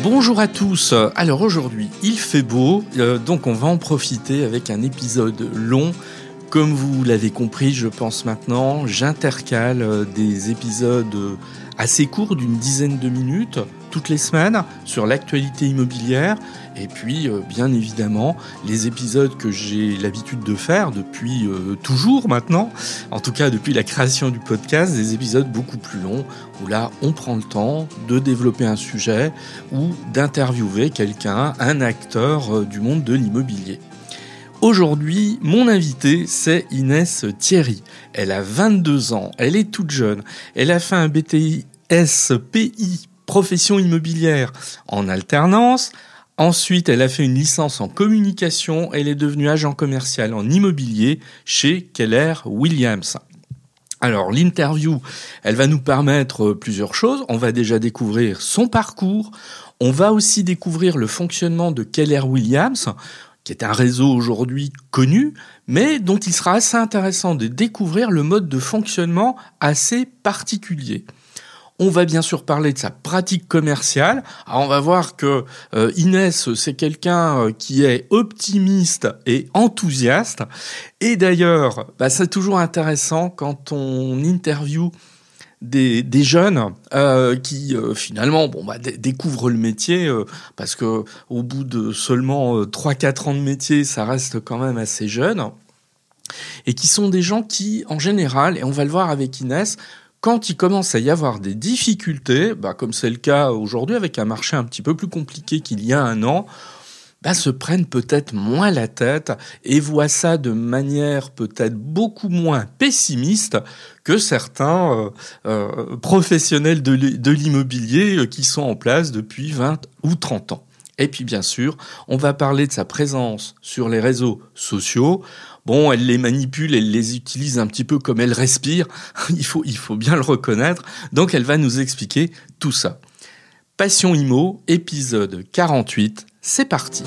Bonjour à tous. Alors aujourd'hui, il fait beau, donc on va en profiter avec un épisode long. Comme vous l'avez compris, je pense maintenant, j'intercale des épisodes assez courts d'une dizaine de minutes toutes les semaines sur l'actualité immobilière et puis bien évidemment les épisodes que j'ai l'habitude de faire depuis toujours maintenant, en tout cas depuis la création du podcast, des épisodes beaucoup plus longs où là on prend le temps de développer un sujet ou d'interviewer quelqu'un, un acteur du monde de l'immobilier. Aujourd'hui, mon invitée, c'est Inès Thierry. Elle a 22 ans, elle est toute jeune. Elle a fait un BTS PI, profession immobilière, en alternance. Ensuite, elle a fait une licence en communication. Elle est devenue agent commercial en immobilier chez Keller Williams. Alors, l'interview, elle va nous permettre plusieurs choses. On va déjà découvrir son parcours. On va aussi découvrir le fonctionnement de Keller Williams, qui est un réseau aujourd'hui connu, mais dont il sera assez intéressant de découvrir le mode de fonctionnement assez particulier. On va bien sûr parler de sa pratique commerciale. Alors on va voir que Inès, c'est quelqu'un qui est optimiste et enthousiaste. Et d'ailleurs, c'est toujours intéressant quand on interviewe des jeunes qui finalement découvrent le métier parce que au bout de seulement 3-4 ans de métier, ça reste quand même assez jeune, et qui sont des gens qui, en général, et on va le voir avec Inès, quand il commence à y avoir des difficultés, comme c'est le cas aujourd'hui avec un marché un petit peu plus compliqué qu'il y a un an, se prennent peut-être moins la tête et voient ça de manière peut-être beaucoup moins pessimiste que certains professionnels de l'immobilier qui sont en place depuis 20 ou 30 ans. Et puis bien sûr, on va parler de sa présence sur les réseaux sociaux. Bon, elle les manipule, elle les utilise un petit peu comme elle respire, il faut bien le reconnaître. Donc elle va nous expliquer tout ça. Passion Immo, épisode 48, c'est parti.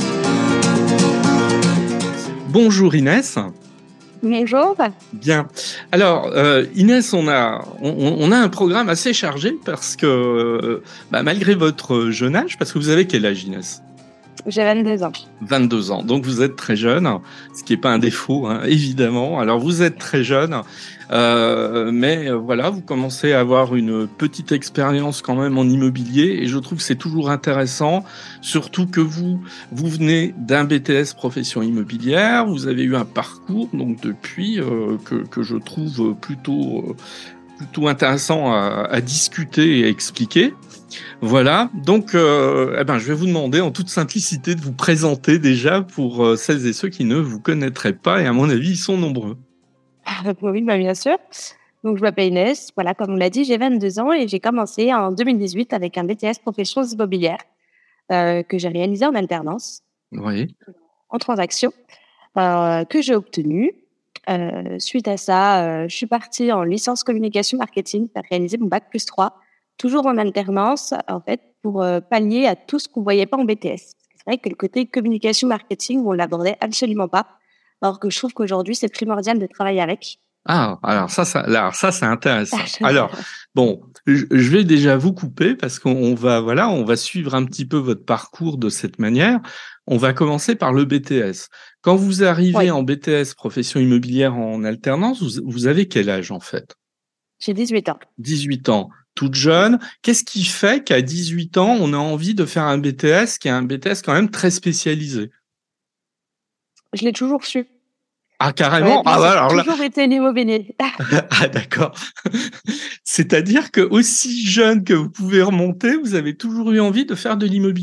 Bonjour Inès. Bonjour. Bien. Alors Inès, on a un programme assez chargé parce que malgré votre jeune âge, parce que vous avez quel âge Inès ? J'ai 22 ans. 22 ans, donc vous êtes très jeune, ce qui n'est pas un défaut, évidemment. Alors vous êtes très jeune, mais voilà, vous commencez à avoir une petite expérience quand même en immobilier, et je trouve que c'est toujours intéressant, surtout que vous venez d'un BTS profession immobilière, vous avez eu un parcours, donc depuis, que je trouve plutôt intéressant à discuter et à expliquer. Voilà, donc je vais vous demander en toute simplicité de vous présenter déjà pour celles et ceux qui ne vous connaîtraient pas, et à mon avis, ils sont nombreux. Oui, bien sûr. Donc, je m'appelle Inès. Voilà, comme on l'a dit, j'ai 22 ans et j'ai commencé en 2018 avec un BTS profession immobilière que j'ai réalisé en alternance, Oui. en transaction, que j'ai obtenu. Suite à ça, je suis partie en licence communication marketing pour réaliser mon bac +3, toujours en alternance, en fait, pour pallier à tout ce qu'on ne voyait pas en BTS. C'est vrai que le côté communication marketing, on ne l'abordait absolument pas, alors que je trouve qu'aujourd'hui, c'est primordial de travailler avec. Ah, alors ça c'est intéressant. Alors, bon, je vais déjà vous couper parce qu'on va suivre un petit peu votre parcours de cette manière. On va commencer par le BTS. Quand vous arrivez en BTS profession immobilière en alternance, vous avez quel âge en fait ? J'ai 18 ans. 18 ans, toute jeune. Qu'est-ce qui fait qu'à 18 ans, on a envie de faire un BTS qui est un BTS quand même très spécialisé ? Je l'ai toujours su. Ah, carrément ? Alors là... toujours été l'immobilier. Ah, d'accord. C'est-à-dire que aussi jeune que vous pouvez remonter, vous avez toujours eu envie de faire de l'immobilier ?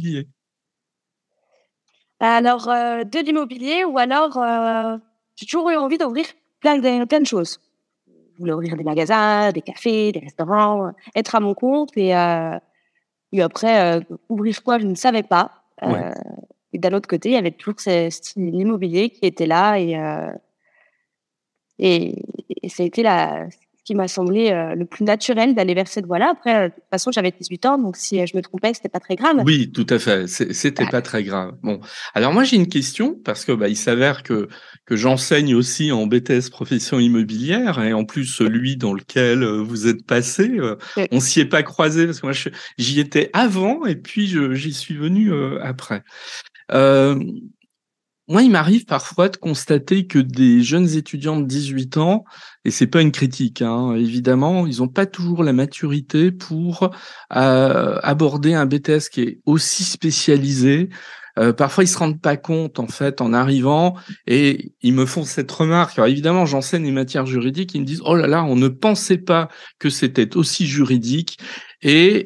Alors, de l'immobilier ou alors, j'ai toujours eu envie d'ouvrir plein de choses. Je voulais ouvrir des magasins, des cafés, des restaurants, être à mon compte et après, ouvrir quoi, je ne savais pas. Ouais. Et d'un autre côté, il y avait toujours l'immobilier qui était là et ça a été ce qui m'a semblé le plus naturel d'aller vers cette voie-là. Après, de toute façon, j'avais 18 ans, donc si je me trompais, c'était pas très grave. Oui, tout à fait. C'était pas très grave. Bon, alors moi j'ai une question parce que il s'avère que j'enseigne aussi en BTS profession immobilière et en plus celui dans lequel vous êtes passé, on s'y est pas croisé parce que moi j'y étais avant et puis j'y suis venu après. Euh, Moi, il m'arrive parfois de constater que des jeunes étudiants de 18 ans, et c'est pas une critique, hein, évidemment, ils n'ont pas toujours la maturité pour aborder un BTS qui est aussi spécialisé. Parfois, ils se rendent pas compte, en fait, en arrivant, et ils me font cette remarque. Alors, évidemment, j'enseigne les matières juridiques, ils me disent, oh là là, on ne pensait pas que c'était aussi juridique. Et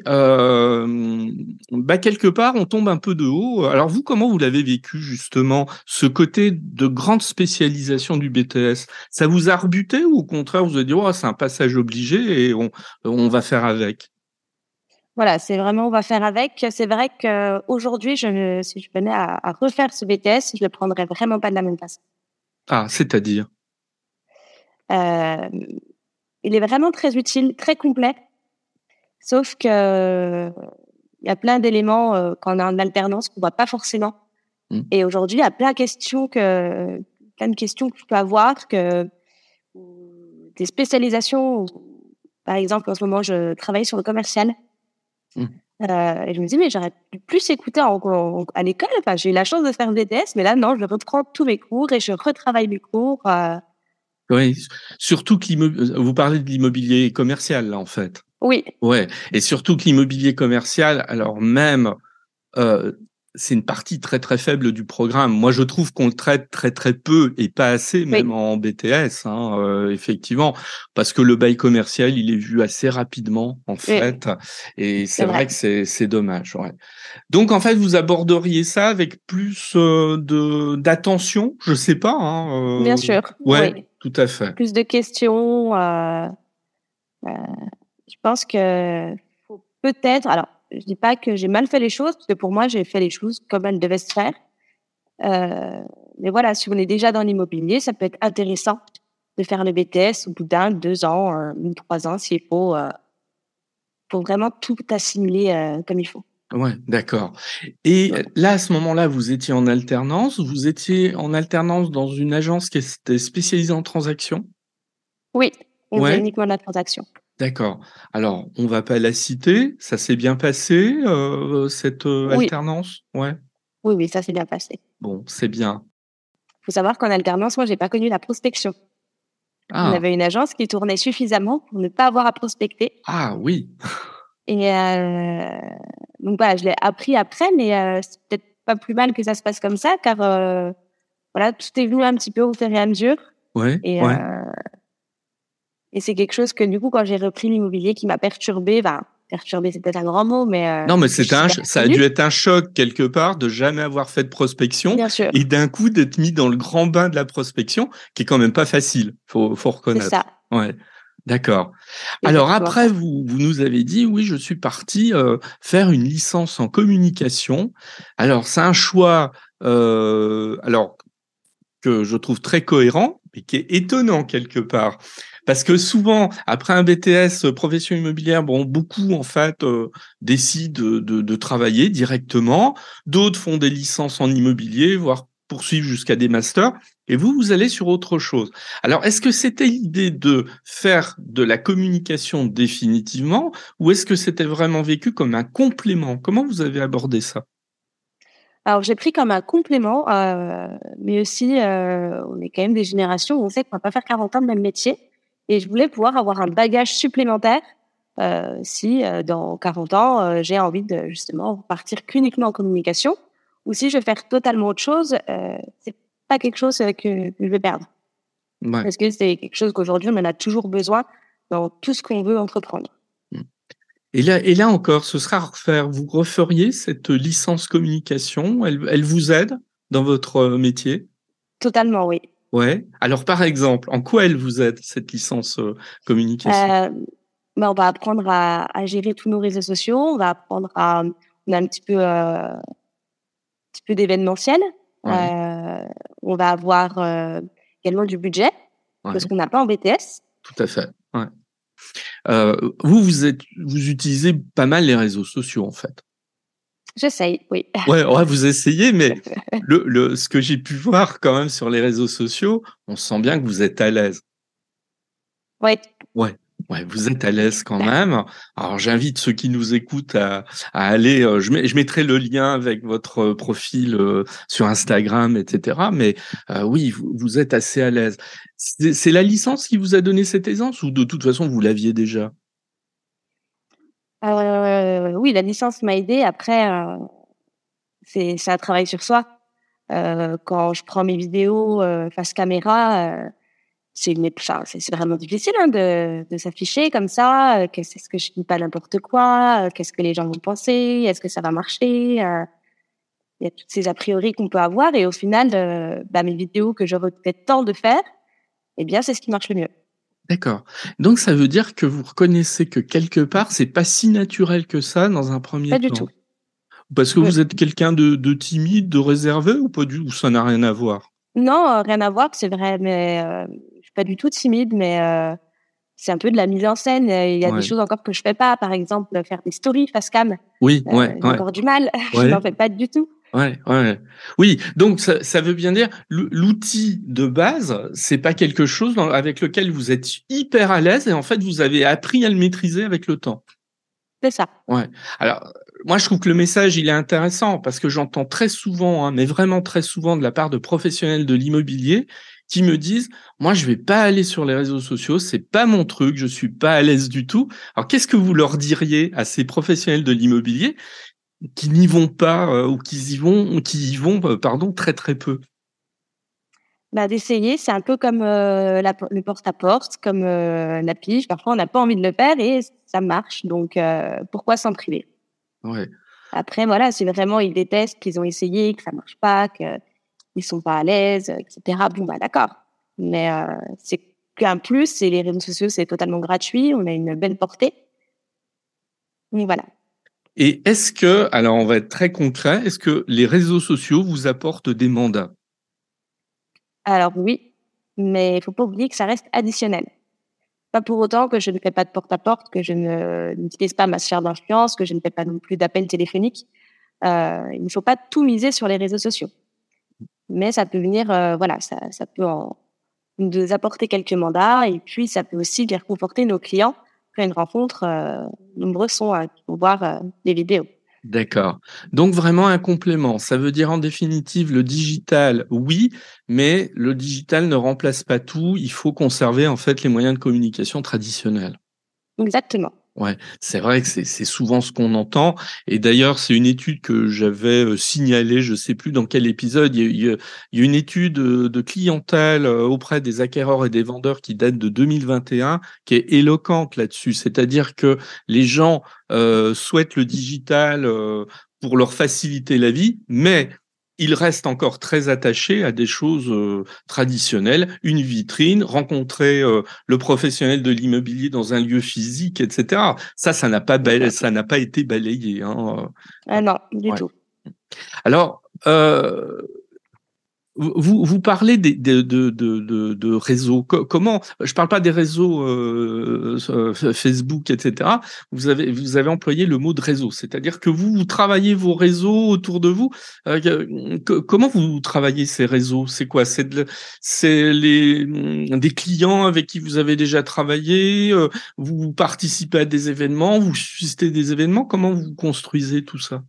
quelque part, on tombe un peu de haut. Alors vous, comment vous l'avez vécu justement, ce côté de grande spécialisation du BTS? Ça vous a rebuté ou au contraire, vous avez dit, oh, c'est un passage obligé et on va faire avec? Voilà, c'est vraiment on va faire avec. C'est vrai qu'aujourd'hui, si je venais à refaire ce BTS, je le prendrais vraiment pas de la même façon. Ah, c'est-à-dire? Euh, il est vraiment très utile, très complet, sauf que il y a plein d'éléments quand on est en alternance qu'on voit pas forcément. Hmm. Et aujourd'hui, il y a plein de questions que tu peux avoir, des spécialisations. Par exemple, en ce moment, je travaille sur le commercial. Hmm. Et je me dis, mais j'aurais pu plus écouter à l'école. Enfin, j'ai eu la chance de faire le BTS, mais là, non, je reprends tous mes cours et je retravaille mes cours. Oui, surtout que vous parlez de l'immobilier commercial, là, en fait. Oui, Ouais, et surtout que l'immobilier commercial, alors même euh, c'est une partie très très faible du programme. Moi, je trouve qu'on le traite très très peu et pas assez, même oui, en BTS, hein, effectivement, parce que le bail commercial, il est vu assez rapidement en oui, fait, et c'est c'est vrai. vrai que c'est dommage. Ouais. Donc en fait, vous aborderiez ça avec plus de d'attention, je sais pas. Hein, Bien sûr, ouais, oui. tout à fait. Plus de questions. Euh, je pense que faut peut-être. Alors, je dis pas que j'ai mal fait les choses, parce que pour moi, j'ai fait les choses comme elles devaient se faire. Euh, mais voilà, si on est déjà dans l'immobilier, ça peut être intéressant de faire le BTS au bout d'un, 2 ans, ou 3 ans, s'il faut, pour vraiment tout assimiler comme il faut. Ouais, d'accord. Et là, à ce moment-là, vous étiez en alternance. Vous étiez en alternance dans une agence qui était spécialisée en transactions? Oui, on faisait Ouais, uniquement de la transaction. d'accord. Alors, on va pas la citer. Ça s'est bien passé, cette Oui, alternance? Ouais. oui, oui, ça s'est bien passé. Bon, c'est bien. Il faut savoir qu'en alternance, moi, j'ai pas connu la prospection. On Ah, avait une agence qui tournait suffisamment pour ne pas avoir à prospecter. ah oui. Et donc voilà, je l'ai appris après, mais c'est peut-être pas plus mal que ça se passe comme ça, car voilà, tout est venu un petit peu au fur et à mesure. Ouais, Et, ouais. et c'est quelque chose que du coup, quand j'ai repris l'immobilier, qui m'a perturbée, perturbée, c'est peut-être un grand mot, mais Non, mais que je suis ça a revenue, dû être un choc quelque part de jamais avoir fait de prospection bien sûr, et d'un coup d'être mis dans le grand bain de la prospection, qui est quand même pas facile. Faut c'est ça, reconnaître. Ouais. D'accord. Alors exactement après, ça. vous nous avez dit, oui, je suis parti faire une licence en communication. Alors c'est un choix, alors que je trouve très cohérent, mais qui est étonnant quelque part. Parce que souvent, après un BTS profession immobilière, bon, beaucoup en fait décident de travailler directement. D'autres font des licences en immobilier, voire poursuivent jusqu'à des masters. Et vous allez sur autre chose. Alors, est-ce que c'était l'idée de faire de la communication définitivement, ou est-ce que c'était vraiment vécu comme un complément? Comment vous avez abordé ça? Alors, j'ai pris comme un complément, mais aussi, on est quand même des générations où on sait qu'on va pas faire 40 ans de même métier, et je voulais pouvoir avoir un bagage supplémentaire, si, dans 40 ans, j'ai envie de justement partir qu'uniquement en communication, ou si je veux faire totalement autre chose, c'est pas quelque chose, que je vais perdre. Ouais. Parce que c'est quelque chose qu'aujourd'hui, on en a toujours besoin dans tout ce qu'on veut entreprendre. Et là encore, ce sera à refaire. Vous referiez cette licence communication? Elle vous aide dans votre métier? Totalement, oui. Ouais. Alors, par exemple, en quoi elle vous aide, cette licence communication? Heu, on va apprendre à gérer tous nos réseaux sociaux, on va apprendre on a un petit peu d'événementiel, Ouais, on va avoir, également du budget, ouais, chose qu'on n'a pas en BTS. tout à fait. Ouais. Vous utilisez pas mal les réseaux sociaux, en fait. J'essaye, oui. Ouais, vous essayez, mais ce que j'ai pu voir quand même sur les réseaux sociaux, on sent bien que vous êtes à l'aise. Ouais. Ouais, ouais, vous êtes à l'aise quand même. Alors, j'invite ceux qui nous écoutent à aller. Je mettrai le lien avec votre profil sur Instagram, etc. Mais oui, vous êtes assez à l'aise. C'est la licence qui vous a donné cette aisance ou de toute façon vous l'aviez déjà? Oui, la licence m'a aidée. Après, c'est un travail sur soi. Quand je prends mes vidéos, face caméra, c'est vraiment difficile, hein, de s'afficher comme ça. Est-ce que je dis pas n'importe quoi? Qu'est-ce que les gens vont penser? Est-ce que ça va marcher? Il y a toutes ces a priori qu'on peut avoir et au final, mes vidéos que j'aurais peut-être le temps de faire, eh bien, c'est ce qui marche le mieux. D'accord. Donc ça veut dire que vous reconnaissez que quelque part, c'est pas si naturel que ça dans un premier Pas du tout. temps? Parce que Heu, vous êtes quelqu'un de timide, de réservé ou pas du ou ça n'a rien à voir? non, rien à voir, c'est vrai, mais je suis pas du tout timide, mais c'est un peu de la mise en scène. Il y a des Ouais. choses encore que je fais pas. Par exemple, faire des stories face cam, Oui, ouais, j'ai ouais, encore du mal. Je ouais, n'en fais pas du tout. ouais, ouais. Oui, donc ça veut bien dire l'outil de base, c'est pas quelque chose avec lequel vous êtes hyper à l'aise et en fait, vous avez appris à le maîtriser avec le temps? C'est ça. Ouais. Alors, moi, je trouve que le message, il est intéressant parce que j'entends très souvent, hein, mais vraiment très souvent de la part de professionnels de l'immobilier qui me disent: «Moi, je vais pas aller sur les réseaux sociaux, c'est pas mon truc, je suis pas à l'aise du tout». Alors, qu'est-ce que vous leur diriez à ces professionnels de l'immobilier qui n'y vont pas, ou pardon, très, très peu? D'essayer, c'est un peu comme, le porte-à-porte, comme, la pige. Parfois, on n'a pas envie de le faire et ça marche, donc pourquoi s'en priver? Ouais. Après, voilà, si vraiment ils détestent, qu'ils ont essayé, que ça marche pas, qu'ils sont pas à l'aise, et cetera, bon, d'accord. Mais c'est qu'un plus et les réseaux sociaux, c'est totalement gratuit. On a une belle portée. Donc voilà. Et est-ce que alors on va être très concret, est-ce que les réseaux sociaux vous apportent des mandats? Alors oui, mais il faut pas oublier que ça reste additionnel. Pas pour autant que je ne fais pas de porte-à-porte, que je n'utilise pas ma sphère d'influence, que je ne fais pas non plus d'appels téléphoniques. Il ne faut pas tout miser sur les réseaux sociaux. Mais ça peut venir, voilà, ça peut nous apporter quelques mandats et puis ça peut aussi bien conforter nos clients. Après une rencontre, nombreux sont qui vont voir, les vidéos. D'accord. Donc vraiment un complément. Ça veut dire en définitive le digital, oui, mais le digital ne remplace pas tout. Il faut conserver en fait les moyens de communication traditionnels. Exactement. Ouais, c'est vrai que c'est souvent ce qu'on entend et d'ailleurs, c'est une étude que j'avais, signalée, je sais plus dans quel épisode. Il y a une étude, de clientèle, auprès des acquéreurs et des vendeurs qui date de 2021, qui est éloquente là-dessus. C'est-à-dire que les gens, souhaitent le digital, pour leur faciliter la vie, mais ils restent encore très attachés à des choses, traditionnelles, une vitrine, rencontrer, le professionnel de l'immobilier dans un lieu physique, et cetera. Ça n'a pas été balayé, hein, Ah non, du ouais. tout. Alors, vous parlez de réseaux. Comment je parle pas des réseaux, Facebook et cetera. Vous avez employé le mot de réseau, c'est-à-dire que vous travaillez vos réseaux autour de vous. Comment vous travaillez ces réseaux? C'est quoi? C'est des clients avec qui vous avez déjà travaillé, vous participez à des événements, vous suscitez des événements? Comment vous construisez tout ça?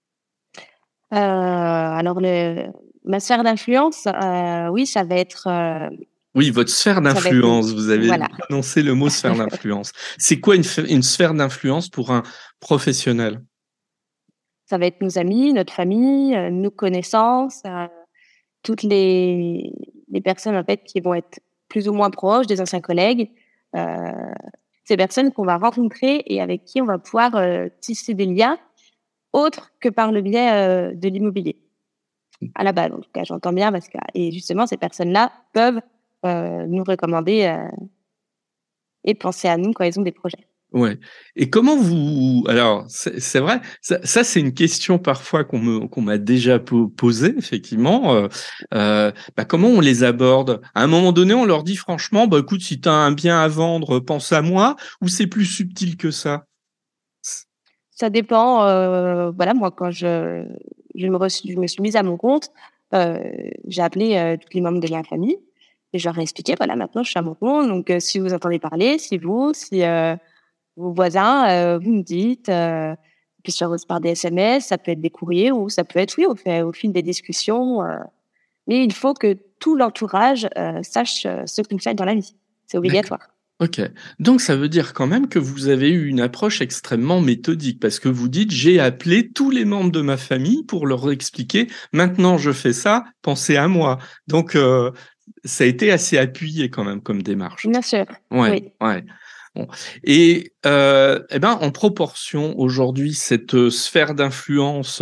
Alors ma sphère d'influence, oui, Oui, votre sphère ça va être d'influence, vous avez voilà, prononcé le mot sphère d'influence. C'est quoi une sphère d'influence pour un professionnel? ça va être nos amis, notre famille, nos connaissances, toutes les personnes, en fait, qui vont être plus ou moins proches, des anciens collègues, heu, ces personnes qu'on va rencontrer et avec qui on va pouvoir, tisser des liens autres que par le biais, de l'immobilier. À la base, en tout cas, j'entends bien parce que et justement ces personnes-là peuvent, nous recommander, et penser à nous quand ils ont des projets. Ouais. Et comment vous... Alors, c'est vrai, ça c'est une question parfois qu'on m'a déjà posée, effectivement. Comment on les aborde? À un moment donné, on leur dit franchement, bah écoute, si tu as un bien à vendre, pense à moi, ou c'est plus subtil que ça? Ça dépend, voilà, moi, quand je me suis mise à mon compte, heu, j'ai appelé, tous les membres de ma famille et je leur ai expliqué: «Voilà, maintenant je suis à mon compte, donc si vous entendez parler, si vos voisins, vous me dites», puis ça passe par des SMS, ça peut être des courriers ou ça peut être, oui, au fil des discussions, mais il faut que tout l'entourage, sache, ce qu'on fait dans la vie. C'est D'accord. obligatoire. Ok. Donc ça veut dire quand même que vous avez eu une approche extrêmement méthodique parce que vous dites j'ai appelé tous les membres de ma famille pour leur expliquer maintenant je fais ça, pensez à moi. Donc ça a été assez appuyé quand même comme démarche. Bien sûr, Ouais, oui. ouais. Bon. Et en proportion aujourd'hui cette sphère d'influence,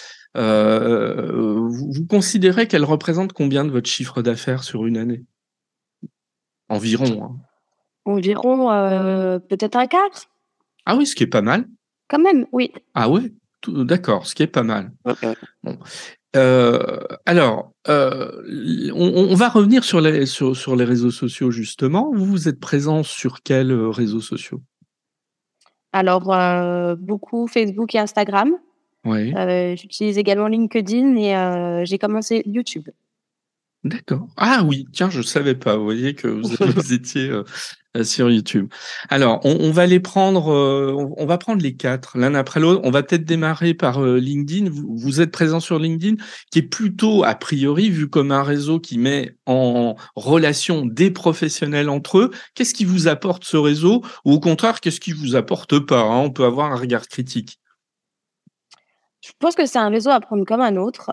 vous considérez qu'elle représente combien de votre chiffre d'affaires sur une année? Environ, hein. Environ, peut-être un quart. Ah oui, ce qui est pas mal. Quand même, oui. Ah ouais? D'accord, ce qui est pas mal. Mmh mh. Bon, alors, on va revenir sur les réseaux sociaux justement. Vous êtes présent sur quels, réseaux sociaux? Alors, beaucoup Facebook et Instagram. Oui, J'utilise également LinkedIn et j'ai commencé YouTube. d'accord. Ah oui, tiens, je savais pas. Vous voyez que vous étiez, sur YouTube. Alors, on va les prendre, on va prendre les 4 l'un après l'autre. On va peut-être démarrer par, LinkedIn. Vous êtes présent sur LinkedIn, qui est plutôt, a priori, vu comme un réseau qui met en relation des professionnels entre eux. Qu'est-ce qui vous apporte ce réseau? Ou au contraire, qu'est-ce qui vous apporte pas, hein? On peut avoir un regard critique. Je pense que c'est un réseau à prendre comme un autre,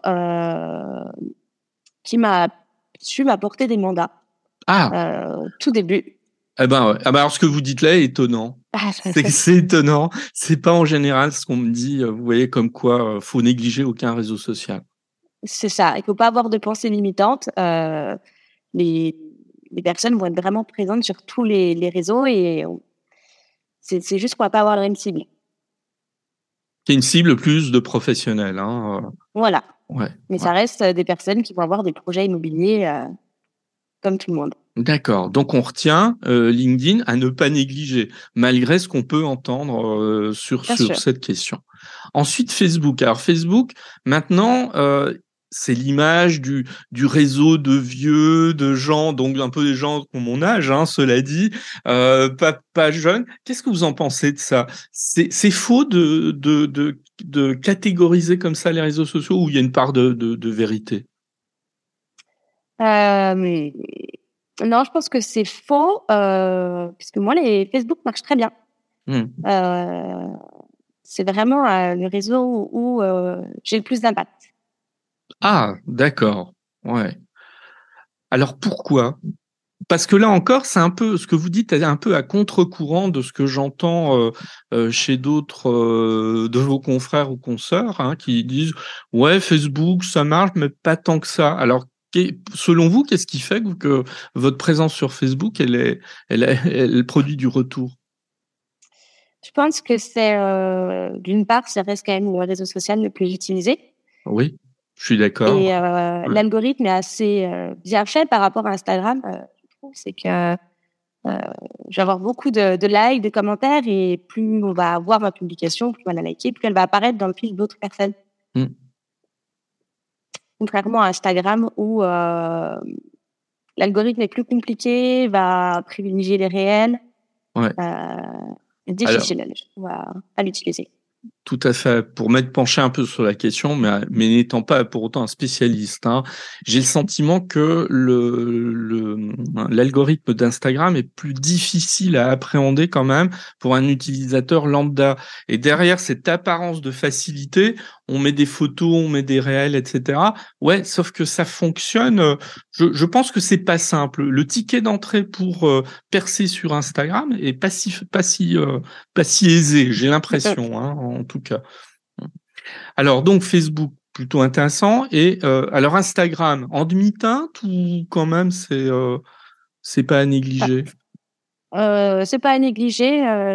qui m'a su m'apporter des mandats, Ah! tout début. Eh ben, ouais. Ah bah, alors ce que vous dites là est étonnant. C'est étonnant. C'est pas en général ce qu'on me dit, vous voyez, comme quoi, faut négliger aucun réseau social. C'est ça, il faut pas avoir de pensées limitantes. Les les personnes vont être vraiment présentes sur tous les réseaux et on c'est juste qu'on va pas avoir la même cible. C'est une cible plus de professionnels, hein, Voilà, ouais, mais ouais. ça reste, des personnes qui vont avoir des projets immobiliers, comme tout le monde. D'accord, donc on retient, LinkedIn à ne pas négliger, malgré ce qu'on peut entendre, Bien sur sûr. cette question. Ensuite, Facebook. Alors Facebook, maintenant, c'est l'image du réseau de vieux, de gens, donc un peu des gens qui ont mon âge, hein, cela dit, pas jeunes. Qu'est-ce que vous en pensez de ça? C'est faux de catégoriser comme ça les réseaux sociaux ou il y a une part de vérité? Hem, non, je pense que c'est faux, puisque moi, les Facebook marchent très bien. Mmh. Heu, c'est vraiment, le réseau où, j'ai le plus d'impact. Ah, d'accord, ouais. Alors pourquoi? Parce que là encore, c'est un peu ce que vous dites est un peu à contre-courant de ce que j'entends, chez d'autres, de vos confrères ou consoeurs, hein, qui disent: «Ouais, Facebook, ça marche, mais pas tant que ça». Alors, selon vous, qu'est-ce qui fait que votre présence sur Facebook, elle produit du retour? Je pense que c'est, d'une part, ça reste quand même le réseau social le plus utilisé Oui, je suis d'accord. et Ouais. l'algorithme est assez, bien fait par rapport à Instagram, je trouve. C'est que, je vais avoir beaucoup de likes, de commentaires et plus on va voir ma publication, plus on va la liker, plus elle va apparaître dans le fil d'autres personnes. Mmh. Contrairement à Instagram où, l'algorithme est plus compliqué, va privilégier les réels, Ouais. Alors difficile à l'utiliser. tout à fait. Pour m'être penché un peu sur la question, mais n'étant pas pour autant un spécialiste, hein, j'ai le sentiment que l'algorithme d'Instagram est plus difficile à appréhender quand même pour un utilisateur lambda. Et derrière cette apparence de facilité, on met des photos, on met des réels, etc. Ouais, sauf que ça fonctionne. Je pense que c'est pas simple. Le ticket d'entrée pour percer sur Instagram est pas si aisé, j'ai l'impression, hein, en tout cas. Alors donc Facebook, plutôt intéressant et alors Instagram, en demi-teinte ou quand même c'est pas à négliger? C'est pas à négliger,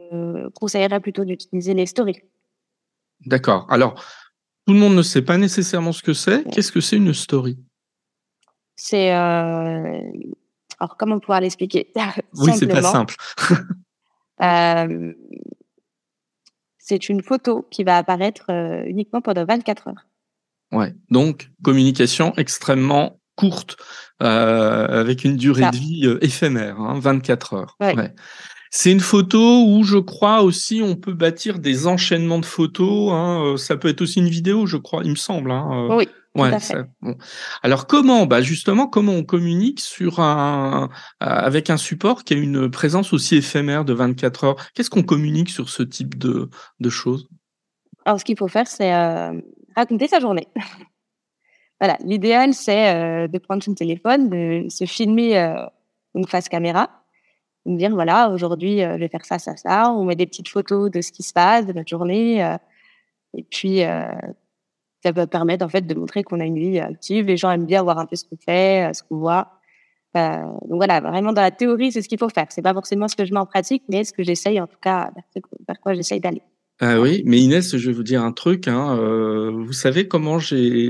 conseillerais plutôt d'utiliser les stories. D'accord. Alors, tout le monde ne sait pas nécessairement ce que c'est. Ouais. Qu'est-ce que c'est une story? C'est, alors comment pouvoir l'expliquer? Oui, c'est pas Simplement, simple. hem, c'est une photo qui va apparaître, uniquement pendant 24 heures. Ouais. Donc, communication extrêmement courte, avec une C'est durée ça. de vie éphémère, hein, 24 heures. Ouais. Ouais. C'est une photo où je crois aussi on peut bâtir des enchaînements de photos, hein, ça peut être aussi une vidéo, je crois, il me semble, hein, Oui, tout ouais, à ça fait. bon. Alors comment? Bah, justement, comment on communique sur avec un support qui a une présence aussi éphémère de 24 heures? Qu'est-ce qu'on communique sur ce type de choses? Alors ce qu'il faut faire, c'est, raconter sa journée. Voilà, l'idéal, c'est, de prendre son téléphone, de se filmer, donc face caméra, de me dire: «Voilà, aujourd'hui, je vais faire ça, ça, ça». On met des petites photos de ce qui se passe, de notre journée, et puis, ça va permettre, en fait, de montrer qu'on a une vie active. Les gens aiment bien voir un peu ce qu'on fait, ce qu'on voit. Donc voilà, vraiment dans la théorie, c'est ce qu'il faut faire. C'est pas forcément ce que je mets en pratique, mais ce que j'essaye, en tout cas, vers quoi j'essaye d'aller. Ah Voilà. oui, mais Inès, je vais vous dire un truc, hein, vous savez comment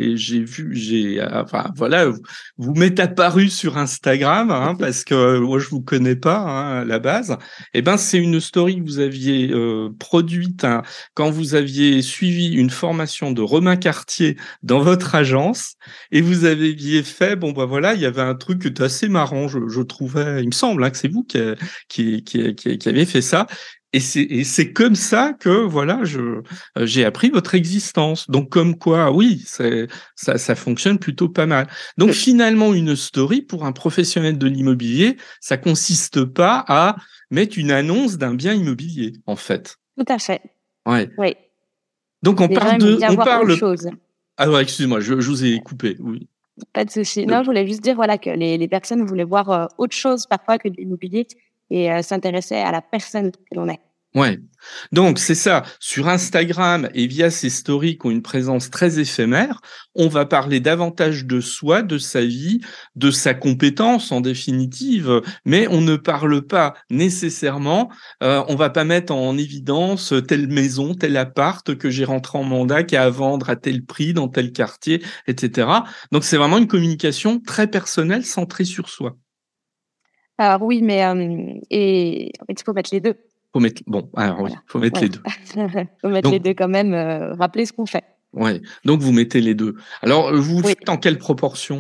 enfin voilà, vous m'êtes apparu sur Instagram, hein, parce que moi je vous connais pas, hein, à la base. Eh ben c'est une story que vous aviez produite, hein, quand vous aviez suivi une formation de Romain Cartier dans votre agence et vous aviez fait, bon bah voilà, il y avait un truc qui était assez marrant, je trouvais, il me semble, hein, que c'est vous qui avez fait ça. Et c'est comme ça que voilà, j'ai appris votre existence. Donc comme quoi, oui, ça fonctionne plutôt pas mal. Donc finalement, une story pour un professionnel de l'immobilier, ça consiste pas à mettre une annonce d'un bien immobilier, en fait. Tout à fait. Ouais. Oui. Donc Les gens aiment bien on voir autre parle. chose. Ah ouais, excuse-moi, je vous ai coupé. Oui. Pas de souci. Non, je voulais juste dire, voilà, que les personnes voulaient voir, autre chose parfois que de l'immobilier et s'intéresser à la personne que l'on est. Ouais. Donc c'est ça, sur Instagram et via ces stories qui ont une présence très éphémère, on va parler davantage de soi, de sa vie, de sa compétence en définitive, mais on ne parle pas nécessairement, on va pas mettre en évidence telle maison, tel appart que j'ai rentré en mandat, qui a à vendre à tel prix dans tel quartier, et cetera. Donc c'est vraiment une communication très personnelle, centrée sur soi. Alors oui, mais et en fait, il faut mettre les 2. Faut mettre bon, alors oui, Voilà, faut mettre les voilà. 2. Faut mettre les Donc 2 quand même, rappeler ce qu'on fait. ouais, donc vous mettez les 2. Alors, vous le Oui, faites en quelle proportion?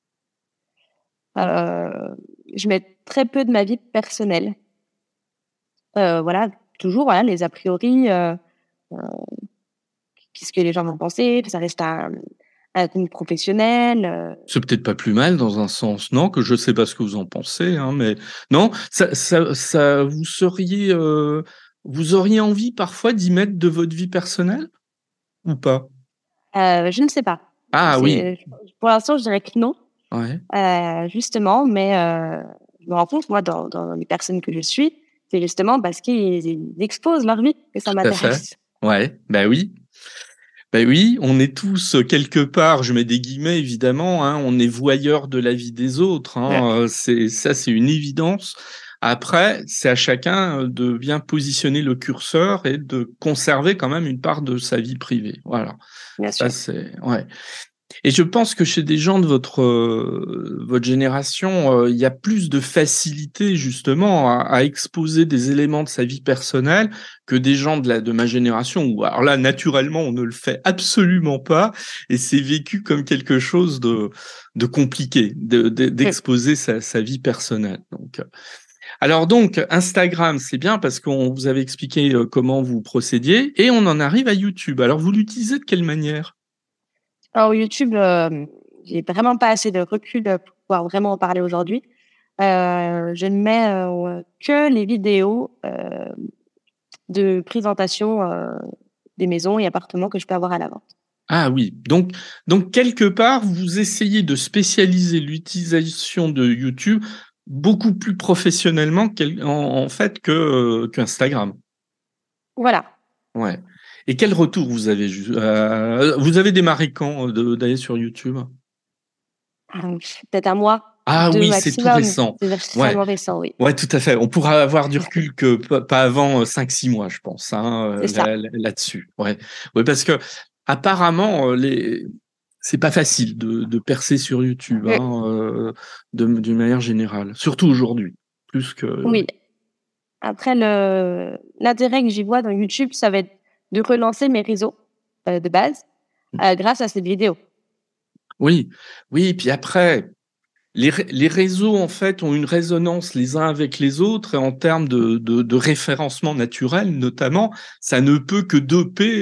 heu, je mets très peu de ma vie personnelle. Voilà, toujours, voilà, les a priori, qu'est-ce que les gens vont penser? Ça reste un compte professionnel, C'est peut-être pas plus mal dans un sens, non? Que je sais pas ce que vous en pensez, hein, mais non? Ça vous auriez envie parfois d'y mettre de votre vie personnelle ou pas? je ne sais pas. Ah oui, Pour l'instant, je dirais que non, ouais, justement, mais je me rends compte, moi, dans les personnes que je suis, c'est justement parce qu'ils exposent leur vie que ça tout à fait. m'intéresse. Ouais, bah oui. Ben oui, on est tous quelque part, je mets des guillemets évidemment, hein, on est voyeurs de la vie des autres, Ouais, hein, c'est une évidence. Après, c'est à chacun de bien positionner le curseur et de conserver quand même une part de sa vie privée. Voilà. bien Ça sûr. c'est ouais. Et je pense que chez des gens de votre génération, il y a plus de facilité justement à exposer des éléments de sa vie personnelle que des gens de ma génération où alors là, naturellement, on ne le fait absolument pas et c'est vécu comme quelque chose de compliqué Mmh. d'exposer sa vie personnelle. Donc Instagram, c'est bien parce qu'on vous avait expliqué, comment vous procédiez et on en arrive à YouTube. Alors vous l'utilisez de quelle manière? Alors YouTube, j'ai vraiment pas assez de recul, pour pouvoir vraiment en parler aujourd'hui. Je ne mets, que les vidéos, de présentation, des maisons et appartements que je peux avoir à la vente. Ah oui, donc quelque part, vous essayez de spécialiser l'utilisation de YouTube beaucoup plus professionnellement en fait qu'Instagram. Voilà. Ouais. Et quel retour vous avez vous avez démarré quand, d'aller sur YouTube? Peut-être un mois. Ah 2 oui, c'est tout maximum. récent. C'est Ouais, extrêmement récent, oui. ouais, tout à fait. On pourra avoir du recul que pas avant 5-6 mois, je pense, hein, C'est ça. là-dessus. Ouais, ouais, parce que apparemment, c'est pas facile de percer sur YouTube, Mmh, hein, d'une manière générale, surtout aujourd'hui, plus que. oui. Après l'intérêt que j'y vois dans YouTube, ça va être de relancer mes réseaux, de base, grâce à cette vidéo. Oui, oui, puis après, les réseaux, en fait, ont une résonance les uns avec les autres et en termes de référencement naturel, notamment, ça ne peut que doper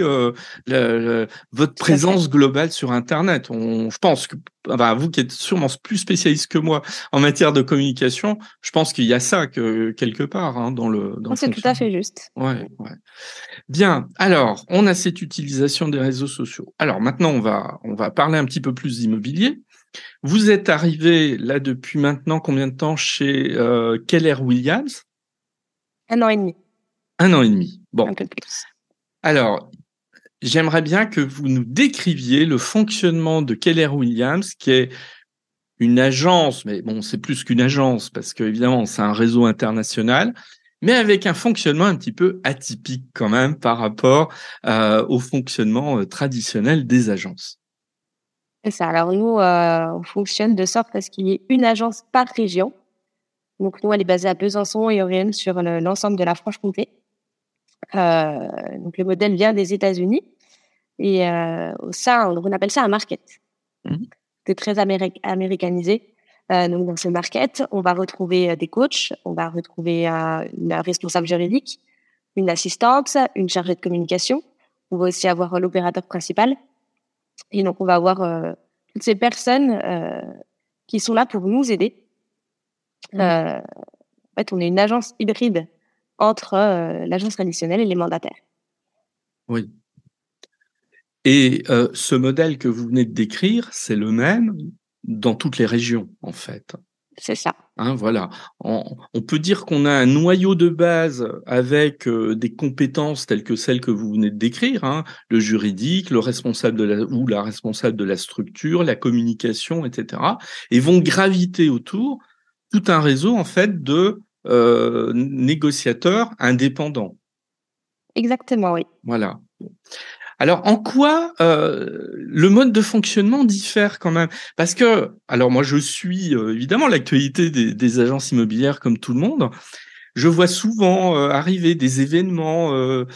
votre Tout à fait. présence globale sur Internet. Je pense que, enfin, vous qui êtes sûrement plus spécialiste que moi en matière de communication, je pense qu'il y a ça quelque part, hein, dans le Non, c'est tout à fonctionnement. fait juste. Ouais, ouais. Bien. Alors, on a cette utilisation des réseaux sociaux. Alors maintenant, on va parler un petit peu plus d'immobilier. Vous êtes arrivé là depuis maintenant combien de temps chez Keller Williams? 1 an et demi, 1 an et demi. un Bon, peu plus. alors j'aimerais bien que vous nous décriviez le fonctionnement de Keller Williams, qui est une agence, mais bon, c'est plus qu'une agence parce qu'évidemment, c'est un réseau international, mais avec un fonctionnement un petit peu atypique quand même par rapport au fonctionnement traditionnel des agences. C'est ça. Alors nous, on fonctionne de sorte à ce qu'il y ait une agence par région. Donc nous, elle est basée à Besançon et Orion sur l'ensemble de la Franche-Comté. Donc le modèle vient des États-Unis et au sein, on appelle ça un market. Mhm. C'est très américanisé. Donc dans ce market, on va retrouver des coachs, on va retrouver une responsable juridique, une assistante, une chargée de communication. On va aussi avoir l'opérateur principal. Et donc on va avoir toutes ces personnes qui sont là pour nous aider. En fait, on est une agence hybride entre l'agence traditionnelle et les mandataires. Oui. Et ce modèle que vous venez de décrire, c'est le même dans toutes les régions, en fait. C'est ça. Hein, voilà. On peut dire qu'on a un noyau de base avec des compétences telles que celles que vous venez de décrire, hein, le juridique, le responsable ou la responsable de la structure, la communication, etc. Et vont graviter autour tout un réseau, en fait, de négociateurs indépendants. Exactement, oui. Voilà. Alors, en quoi le mode de fonctionnement diffère quand même? Parce que, alors moi, je suis évidemment l'actualité des agences immobilières comme tout le monde. Je vois souvent arriver des événements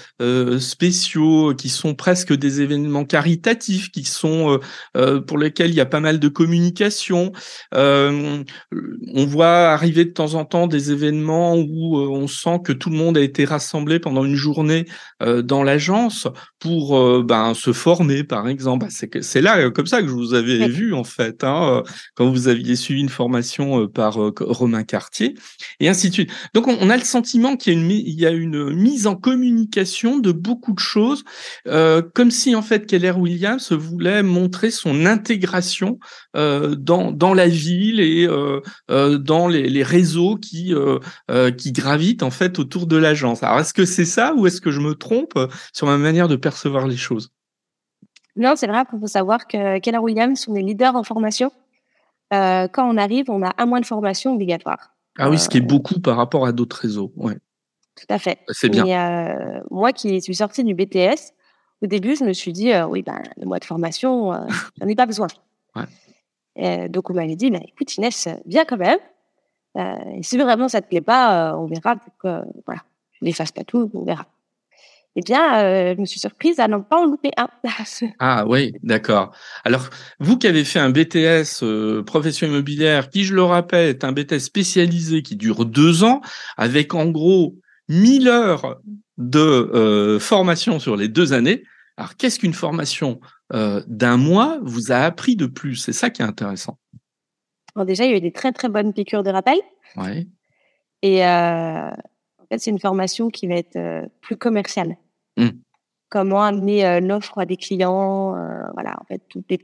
spéciaux qui sont presque des événements caritatifs, qui sont pour lesquels il y a pas mal de communication. Euh, on voit arriver de temps en temps des événements où on sent que tout le monde a été rassemblé pendant une journée dans l'agence pour se former, par exemple. C'est là, comme ça que je vous avais Oui, vu en fait, hein, quand vous aviez suivi une formation par Romain Cartier, et ainsi de suite. Donc, on a le sentiment qu'il y a une mise en communication de beaucoup de choses, comme si, en fait, Keller Williams voulait montrer son intégration dans la ville et dans les réseaux qui gravitent, en fait, autour de l'agence. Alors, est-ce que c'est ça ou est-ce que je me trompe sur ma manière de percevoir les choses? non, c'est vrai qu'il faut savoir que Keller Williams, on est leader en formation. Quand on arrive, on a un mois de formation obligatoire. Ah oui, ce qui est beaucoup par rapport à d'autres réseaux. Ouais, Tout à fait. c'est bien. Et moi qui suis sortie du BTS, au début, je me suis dit: «Oui, ben, le mois de formation, j'en ai pas besoin». Ouais. Donc on m'avait dit: «Bah, écoute Inès, viens quand même, et si vraiment ça te plaît pas, on verra pour que voilà, tu n'effaces pas tout, on verra». Eh bien, je me suis surprise à n'en pas en louper un. Ah oui, d'accord. Alors, vous qui avez fait un BTS profession immobilière, qui, je le rappelle, est un BTS spécialisé qui dure 2 ans, avec en gros 1000 heures de formation sur les 2 années. Alors, qu'est-ce qu'une formation d'un mois vous a appris de plus? C'est ça qui est intéressant. Bon déjà, il y a eu des très, très bonnes piqûres de rappel Ouais. et en fait, c'est une formation qui va être, plus commerciale. Mmh. Comment amener, l'offre à des clients, voilà, en fait,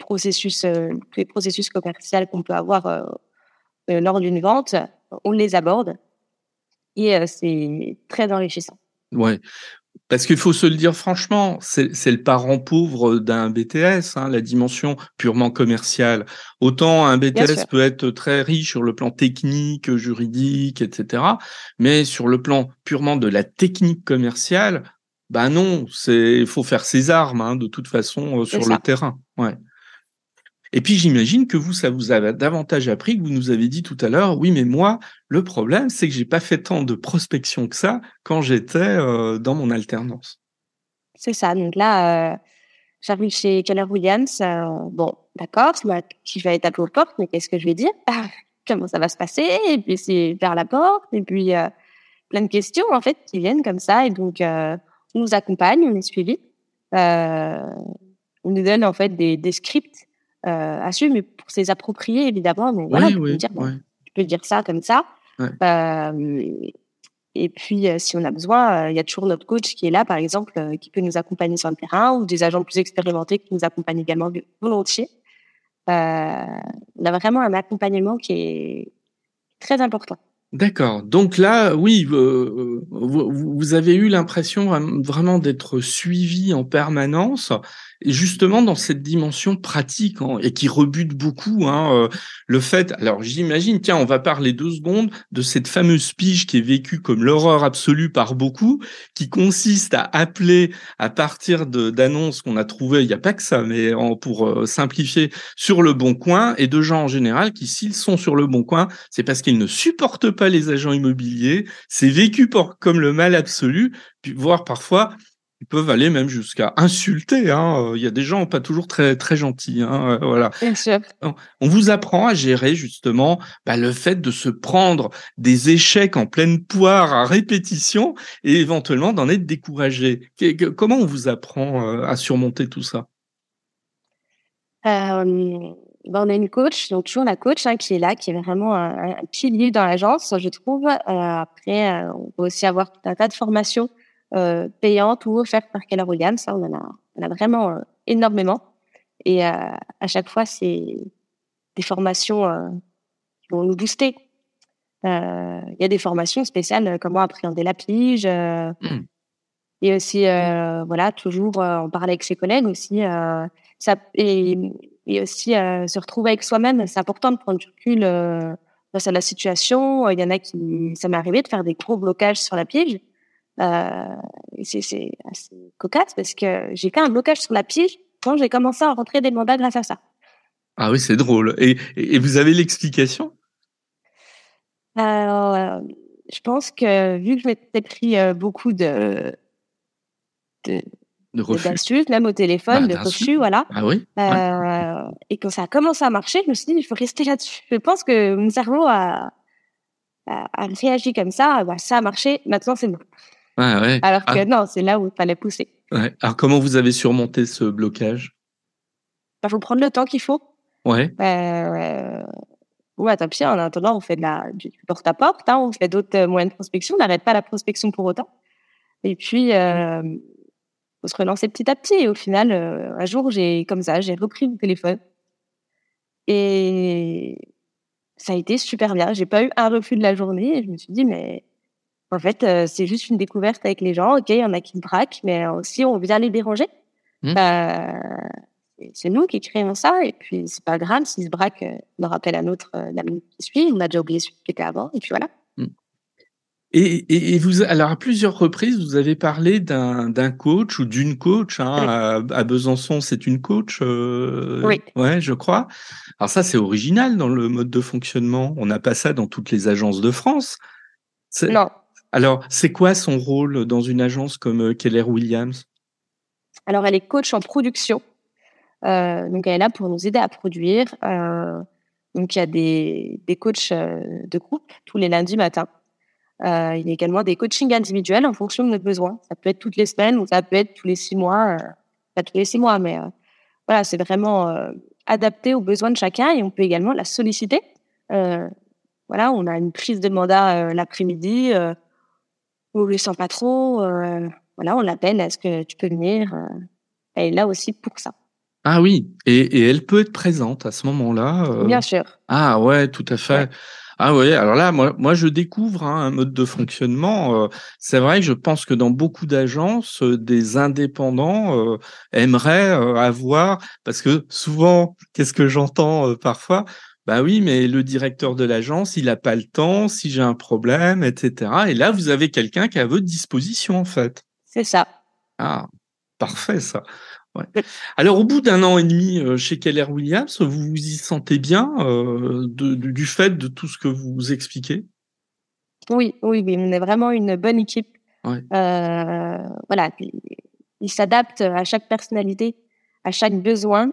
tous les processus commerciaux qu'on peut avoir, lors d'une vente, on les aborde et c'est très enrichissant. Ouais. Parce qu'il faut se le dire franchement, c'est le parent pauvre d'un BTS, hein, la dimension purement commerciale. Autant un Bien sûr, BTS peut être très riche sur le plan technique, juridique, etc. Mais sur le plan purement de la technique commerciale, bah non, il faut faire ses armes, hein, de toute façon, c'est sur le ça. terrain. Ouais. Et puis j'imagine que vous, ça vous a davantage appris que vous nous avez dit tout à l'heure, oui, mais moi, le problème, c'est que j'ai pas fait tant de prospection que ça quand j'étais dans mon alternance. C'est ça. Donc là, j'arrive chez Keller Williams. Bon, d'accord, c'est moi qui vais taper aux portes, mais qu'est-ce que je vais dire? Comment ça va se passer? Et puis c'est vers la porte, et puis plein de questions en fait qui viennent comme ça. Et donc, on nous accompagne, on est suivi. Euh, on nous donne en fait des scripts à suivre, mais pour s'les approprier évidemment. Mais voilà, on Oui, peut me oui, dire, bon, ouais, tu peux dire ça comme ça. ouais. Euh, et puis, si on a besoin, il y a toujours notre coach qui est là, par exemple, qui peut nous accompagner sur le terrain, ou des agents plus expérimentés qui nous accompagnent également volontiers. On a vraiment un accompagnement qui est très important. D'accord. Donc là, oui, vous avez eu l'impression vraiment d'être suivi en permanence, et justement dans cette dimension pratique, hein, et qui rebute beaucoup, hein, le fait. Alors j'imagine, tiens, on va parler 2 secondes de cette fameuse pige qui est vécue comme l'horreur absolue par beaucoup, qui consiste à appeler à partir d'annonces qu'on a trouvées. Il n'y a pas que ça, mais pour simplifier, sur le Bon Coin, et de gens en général qui, s'ils sont sur le Bon Coin, c'est parce qu'ils ne supportent pas les agents immobiliers. C'est vécu comme le mal absolu, puis voire parfois ils peuvent aller même jusqu'à insulter. Hein. Il y a des gens pas toujours très très gentils. Hein. Voilà. Bien sûr. On vous apprend à gérer justement le fait de se prendre des échecs en pleine poire à répétition et éventuellement d'en être découragé. Comment on vous apprend à surmonter tout ça? On a une coach, donc toujours la coach qui est là, qui est vraiment un pilier dans l'agence, je trouve. Après, on peut aussi avoir tout un tas de formations payantes ou offertes par Keller Williams. Ça, on a vraiment énormément. Et à chaque fois, c'est des formations qui vont nous booster. Il y a des formations spéciales, comment appréhender la pige. Hmm. Et aussi, voilà, toujours en parler avec ses collègues aussi. Ça, et aussi se retrouver avec soi-même. C'est important de prendre du recul face à la situation. Il y en a qui, ça m'est arrivé de faire des gros blocages sur la pige. Et c'est assez cocasse parce que j'ai fait un blocage sur la pige quand j'ai commencé à rentrer des mandats grâce à ça. Ah oui, c'est drôle. Et vous avez l'explication? Alors, je pense que vu que je m'étais pris beaucoup de De refus? d'astuces, même au téléphone, de Bien sûr. refus, voilà. Ah oui, ouais. Et quand ça a commencé à marcher, je me suis dit: «Il faut rester là-dessus». Je pense que mon cerveau a réagi comme ça, bah, ça a marché, maintenant c'est bon. Ouais, ouais. Alors Ah, que non, c'est là où il fallait pousser. ouais. Alors comment vous avez surmonté ce blocage? Bah, faut prendre le temps qu'il faut. Ouais. Ouais, tant pis, en attendant, on fait du porte-à-porte, hein, on fait d'autres moyens de prospection, on n'arrête pas la prospection pour autant. Et puis, faut se relancer petit à petit. Et au final, un jour, j'ai repris le téléphone et ça a été super bien. J'ai pas eu un refus de la journée et je me suis dit: «Mais en fait, c'est juste une découverte avec les gens. OK, il y en a qui me braquent, mais si on vient les déranger, Mmh. bah, c'est nous qui créons ça et puis c'est pas grave s'ils se braquent, on en rappelle un autre, la minute qui suit. On a déjà oublié celui qui était avant et puis voilà». Mmh. Et vous, alors à plusieurs reprises, vous avez parlé d'un coach ou d'une coach, hein, Oui, à Besançon, c'est une coach, oui, ouais, je crois. Alors ça, c'est original dans le mode de fonctionnement. On n'a pas ça dans toutes les agences de France. C'est non. alors, c'est quoi son rôle dans une agence comme, Keller Williams? Alors elle est coach en production, donc elle est là pour nous aider à produire. Donc il y a des coachs, de groupe tous les lundis matins. Il y a également des coachings individuels en fonction de nos besoins. Ça peut être toutes les semaines ou ça peut être tous les 6 mois, pas tous les 6 mois, mais voilà, c'est vraiment, adapté aux besoins de chacun et on peut également la solliciter. Heu, voilà, on a une prise de mandat, l'après-midi, on le sent pas trop, voilà, on l'appelle: «Est-ce que tu peux venir?» Elle est là aussi pour ça. Ah oui, et elle peut être présente à ce moment-là, Bien sûr, Ah ouais, tout à ouais. fait. Ah oui, alors là, moi, je découvre un mode de fonctionnement. C'est vrai que je pense que dans beaucoup d'agences, des indépendants aimeraient avoir, parce que souvent, qu'est-ce que j'entends parfois? Bah oui, mais le directeur de l'agence, il n'a pas le temps, si j'ai un problème, etc. Et là, vous avez quelqu'un qui est à votre disposition, en fait. C'est ça. Ah, parfait ça. Ouais. Alors, au bout d'un an et demi chez Keller Williams, vous vous y sentez bien du fait de tout ce que vous expliquez? Oui, oui, oui, on est vraiment une bonne équipe. Ouais, Voilà, ils s'adaptent à chaque personnalité, à chaque besoin.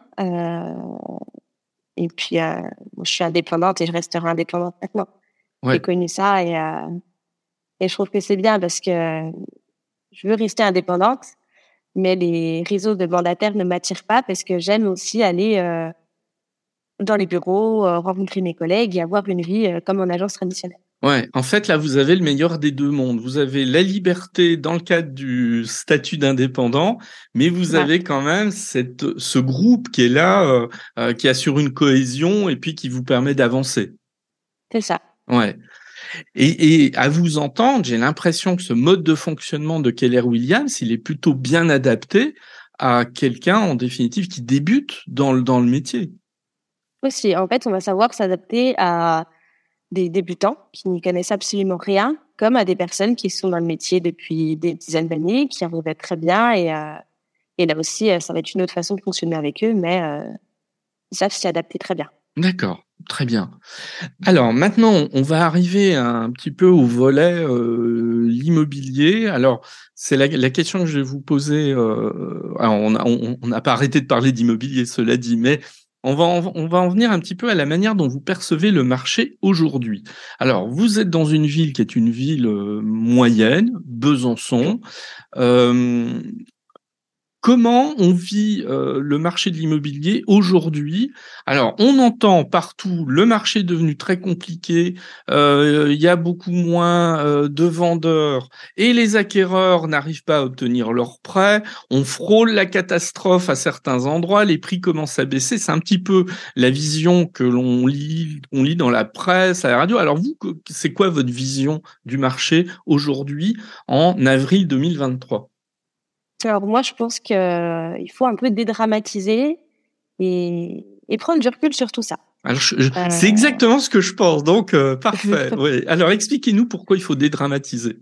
Et puis, moi, je suis indépendante et je resterai indépendante maintenant. J'ai ouais, connu ça et je trouve que c'est bien parce que je veux rester indépendante, mais les réseaux de mandataires ne m'attirent pas parce que j'aime aussi aller dans les bureaux, rencontrer mes collègues et avoir une vie comme en agence traditionnelle. ouais. En fait, là, vous avez le meilleur des 2 mondes. Vous avez la liberté dans le cadre du statut d'indépendant, mais vous Voilà, avez quand même ce groupe qui est là, qui assure une cohésion et puis qui vous permet d'avancer. c'est ça. Ouais. Et à vous entendre, j'ai l'impression que ce mode de fonctionnement de Keller Williams, il est plutôt bien adapté à quelqu'un, en définitive, qui débute dans le métier. Aussi, en fait, on va savoir s'adapter à des débutants qui n'y connaissent absolument rien, comme à des personnes qui sont dans le métier depuis des dizaines d'années, qui arrivent très bien. Et là aussi, ça va être une autre façon de fonctionner avec eux, mais ils savent s'y adapter très bien. D'accord, très bien. Alors maintenant, on va arriver un petit peu au volet l'immobilier. Alors, c'est la question que je vais vous poser. Alors on n'a pas arrêté de parler d'immobilier, cela dit, mais on va en venir un petit peu à la manière dont vous percevez le marché aujourd'hui. Alors, vous êtes dans une ville qui est une ville moyenne, Besançon. Euh, Comment on vit le marché de l'immobilier aujourd'hui? Alors, on entend partout le marché est devenu très compliqué, il y a beaucoup moins de vendeurs et les acquéreurs n'arrivent pas à obtenir leurs prêts. On frôle la catastrophe à certains endroits, les prix commencent à baisser. C'est un petit peu la vision que on lit dans la presse, à la radio. Alors vous, c'est quoi votre vision du marché aujourd'hui en avril 2023? Alors moi, je pense qu'il faut un peu dédramatiser et prendre du recul sur tout ça. Alors, c'est Euh, exactement ce que je pense, donc parfait. Oui. Alors, expliquez-nous pourquoi il faut dédramatiser.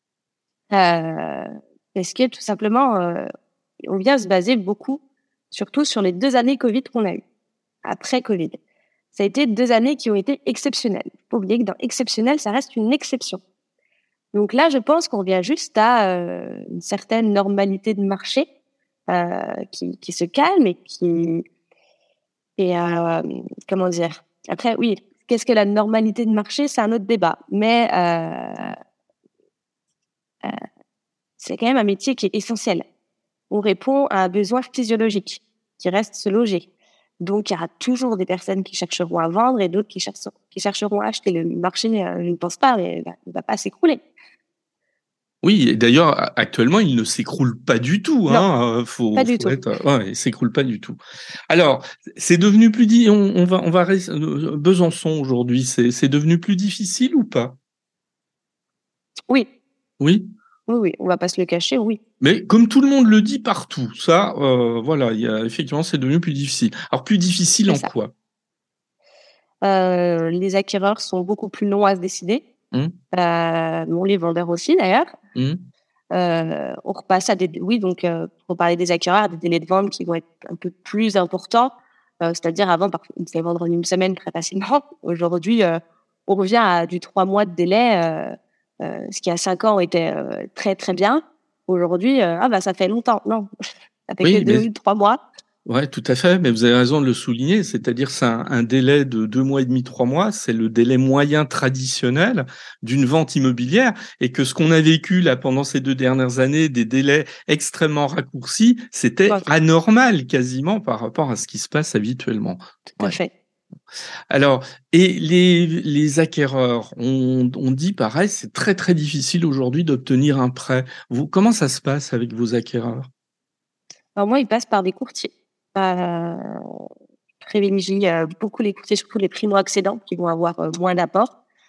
euh, Parce que tout simplement, on vient se baser beaucoup, surtout sur les 2 années Covid qu'on a eues, après Covid. Ça a été 2 années qui ont été exceptionnelles. Faut pas oublier que dans exceptionnel, ça reste une exception. Donc là, je pense qu'on vient juste à une certaine normalité de marché qui se calme et comment dire. Après, oui, qu'est-ce que la normalité de marché? C'est un autre débat. Mais euh, c'est quand même un métier qui est essentiel. On répond à un besoin physiologique qui reste se loger. Donc, il y aura toujours des personnes qui chercheront à vendre et d'autres qui chercheront à acheter. Le marché, je ne pense pas, mais il va pas s'écrouler. Oui, et d'ailleurs, actuellement, il ne s'écroule pas du tout. Non, Hein. pas du Faut tout. être, ouais, il s'écroule pas du tout. Alors, c'est devenu plus dit. Besançon aujourd'hui, c'est devenu plus difficile ou pas? Oui, Oui. oui, oui, on va pas se le cacher, oui. Mais comme tout le monde le dit partout, ça, voilà, il y a effectivement, c'est devenu plus difficile. Alors, plus difficile C'est en ça. quoi? Les acquéreurs sont beaucoup plus longs à se décider. Hum, Bon, les vendeurs aussi, d'ailleurs. hum. On repasse à des, oui, donc, pour parler des acquéreurs, des délais de vente qui vont être un peu plus importants. C'est-à-dire avant, parfois, ils pouvaient vendre en une semaine très facilement. Aujourd'hui, on revient à du 3 mois de délai, ce qui, à 5 ans, était très, très bien. Aujourd'hui, ah, bah, ça fait longtemps. Non, ça fait que Oui, mais 2 ou 3 mois. ouais, tout à fait, mais vous avez raison de le souligner, c'est-à-dire c'est un délai de 2 mois et demi, 3 mois, c'est le délai moyen traditionnel d'une vente immobilière, et que ce qu'on a vécu là pendant ces 2 dernières années, des délais extrêmement raccourcis, c'était Ouais, anormal quasiment par rapport à ce qui se passe habituellement. tout à Ouais. fait. Alors, et les acquéreurs, on dit pareil, c'est très très difficile aujourd'hui d'obtenir un prêt. Vous, comment ça se passe avec vos acquéreurs? Alors moi, ils passent par des courtiers. Je privilégie beaucoup les courtiers, surtout les primo-accédants qui vont avoir moins d'apport.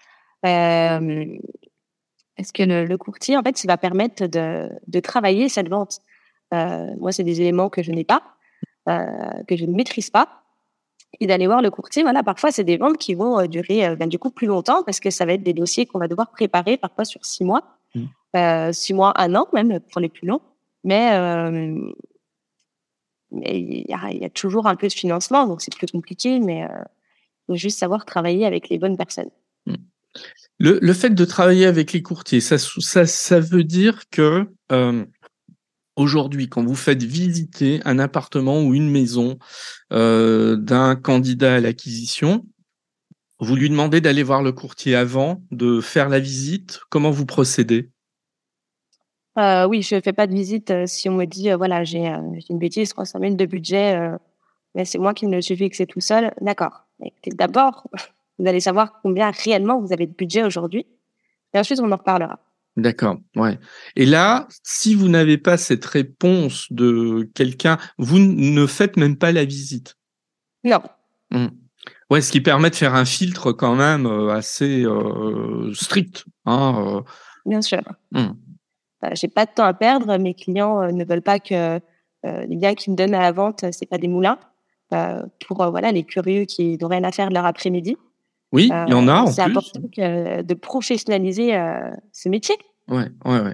Est-ce que le courtier, en fait, il va permettre de travailler cette vente. Moi, c'est des éléments que je n'ai pas, que je ne maîtrise pas. Et d'aller voir le courtier, voilà, parfois, c'est des ventes qui vont durer du coup plus longtemps parce que ça va être des dossiers qu'on va devoir préparer parfois sur 6 mois, 6 mois, 1 an même pour les plus longs. Mais il y a toujours un peu de financement, donc c'est plus compliqué, mais il faut juste savoir travailler avec les bonnes personnes. Le fait de travailler avec les courtiers, ça veut dire que aujourd'hui, quand vous faites visiter un appartement ou une maison d'un candidat à l'acquisition, vous lui demandez d'aller voir le courtier avant de faire la visite. Comment vous procédez ? Oui, je fais pas de visite si on me dit voilà, j'ai une bêtise, 300 000 de budget, mais c'est moi qui ne le suis fixé tout seul. D'accord. Écoutez, d'abord, vous allez savoir combien réellement vous avez de budget aujourd'hui, et ensuite on en reparlera. D'accord, ouais. Et là, si vous n'avez pas cette réponse de quelqu'un, vous ne faites même pas la visite. Non. Ouais, ce qui permet de faire un filtre quand même assez strict. Bien sûr. J'ai pas de temps à perdre. Mes clients ne veulent pas que les biens qu'ils me donnent à la vente, c'est pas des moulins. Pour voilà, les curieux qui n'ont rien à faire de leur après-midi. Oui, il y en a en c'est plus. important de professionnaliser ce métier. Ouais.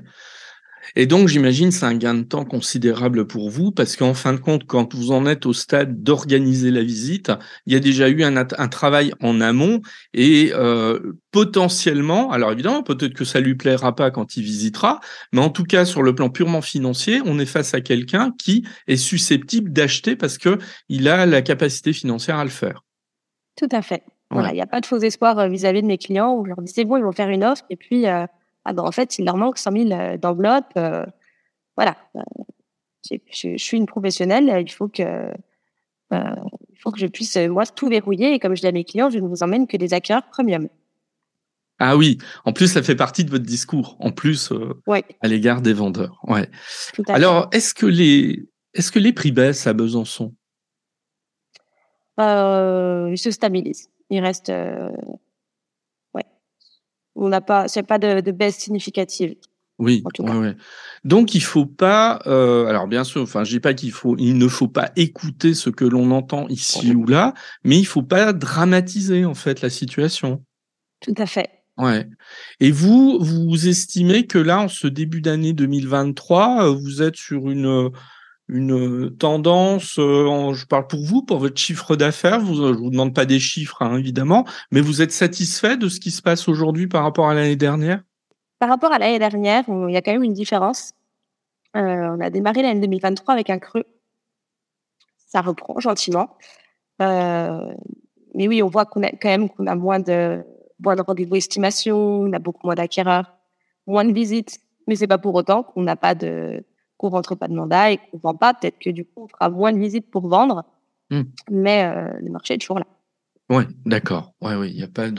Et donc, j'imagine, c'est un gain de temps considérable pour vous, parce qu'en fin de compte, quand vous en êtes au stade d'organiser la visite, il y a déjà eu un travail en amont, et potentiellement, alors évidemment, peut-être que ça lui plaira pas quand il visitera, mais en tout cas, sur le plan purement financier, on est face à quelqu'un qui est susceptible d'acheter parce que il a la capacité financière à le faire. Tout à fait. Voilà, il n'y a pas de faux espoirs vis-à-vis de mes clients où je leur dis c'est bon, ils vont faire une offre, et puis en fait, il leur manque 100 000 d'enveloppe. Voilà. Je suis une professionnelle, il faut que je puisse, moi, tout verrouiller. Et comme je dis à mes clients, je ne vous emmène que des acquéreurs premium. Ah oui, en plus, ça fait partie de votre discours, en plus, Ouais. à l'égard des vendeurs. Ouais. Tout à Alors, fait. est-ce que les prix baissent à Besançon ? Ils se stabilisent. Ils restent... ouais. C'est pas de baisse significative. Oui, En tout cas. ouais. Donc, il faut pas... alors, bien sûr, enfin, je dis pas il ne faut pas écouter ce que l'on entend ici ou là, mais il faut pas dramatiser, en fait, la situation. Tout à fait. Ouais. Et vous estimez que là, en ce début d'année 2023, vous êtes sur une tendance, je parle pour vous, pour votre chiffre d'affaires, je vous demande pas des chiffres, hein, évidemment, mais vous êtes satisfait de ce qui se passe aujourd'hui par rapport à l'année dernière ? Par rapport à l'année dernière, il y a quand même une différence. On a démarré l'année 2023 avec un creux. Ça reprend gentiment. Mais oui, on voit qu'on a moins de rendez-vous estimation, on a beaucoup moins d'acquéreurs, moins de visites. Mais c'est pas pour autant qu'on rentre pas de mandat et qu'on vend pas. Peut-être que du coup, on fera moins de visites pour vendre. Mais le marché est toujours là. Ouais, d'accord. Ouais, il n'y a pas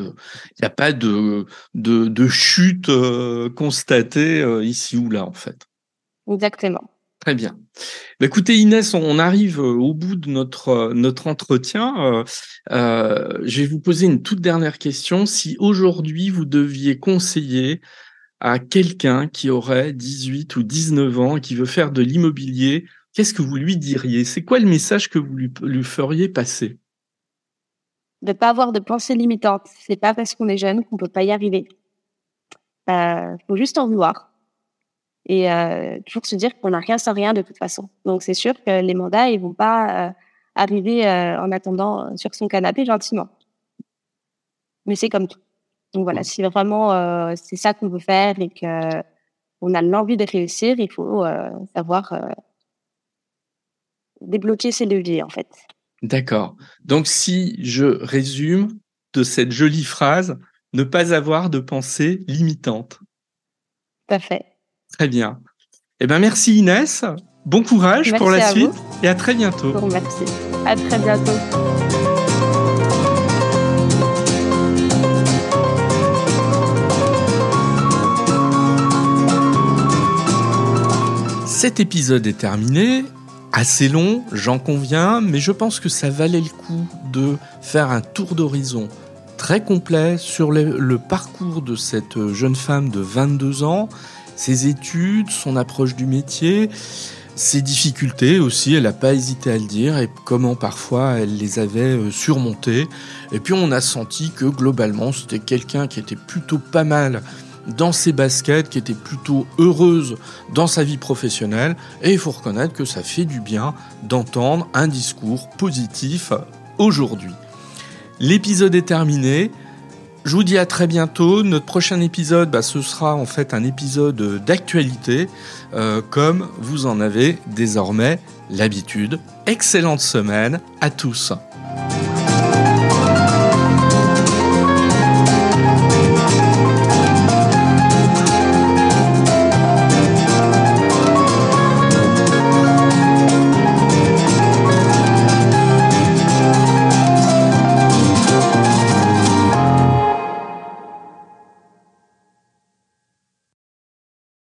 de chute constatée ici ou là, en fait. Exactement. Très bien. Écoutez, Inès, on arrive au bout de notre entretien. Je vais vous poser une toute dernière question. Si aujourd'hui, vous deviez conseiller à quelqu'un qui aurait 18 ou 19 ans et qui veut faire de l'immobilier, qu'est-ce que vous lui diriez ? C'est quoi le message que vous lui feriez passer ? De ne pas avoir de pensée limitante. C'est pas parce qu'on est jeune qu'on peut pas y arriver. Faut juste en vouloir. Et toujours se dire qu'on n'a rien sans rien de toute façon. Donc, c'est sûr que les mandats, ils vont pas arriver en attendant sur son canapé gentiment. Mais c'est comme tout. Donc, voilà, si vraiment c'est ça qu'on veut faire et qu'on a l'envie de réussir, il faut savoir débloquer ses leviers, en fait. D'accord. Donc, si je résume de cette jolie phrase, ne pas avoir de pensée limitante. Tout à fait. Très bien. Eh bien, merci Inès. Bon courage pour la suite et à très bientôt. Merci. À très bientôt. Cet épisode est terminé. Assez long, j'en conviens, mais je pense que ça valait le coup de faire un tour d'horizon très complet sur le parcours de cette jeune femme de 22 ans, ses études, son approche du métier, ses difficultés aussi, elle n'a pas hésité à le dire, et comment parfois elle les avait surmontées. Et puis on a senti que globalement c'était quelqu'un qui était plutôt pas mal dans ses baskets, qui était plutôt heureuse dans sa vie professionnelle, et il faut reconnaître que ça fait du bien d'entendre un discours positif aujourd'hui. L'épisode est terminé. Je vous dis à très bientôt. Notre prochain épisode, ce sera en fait un épisode d'actualité, comme vous en avez désormais l'habitude. Excellente semaine à tous.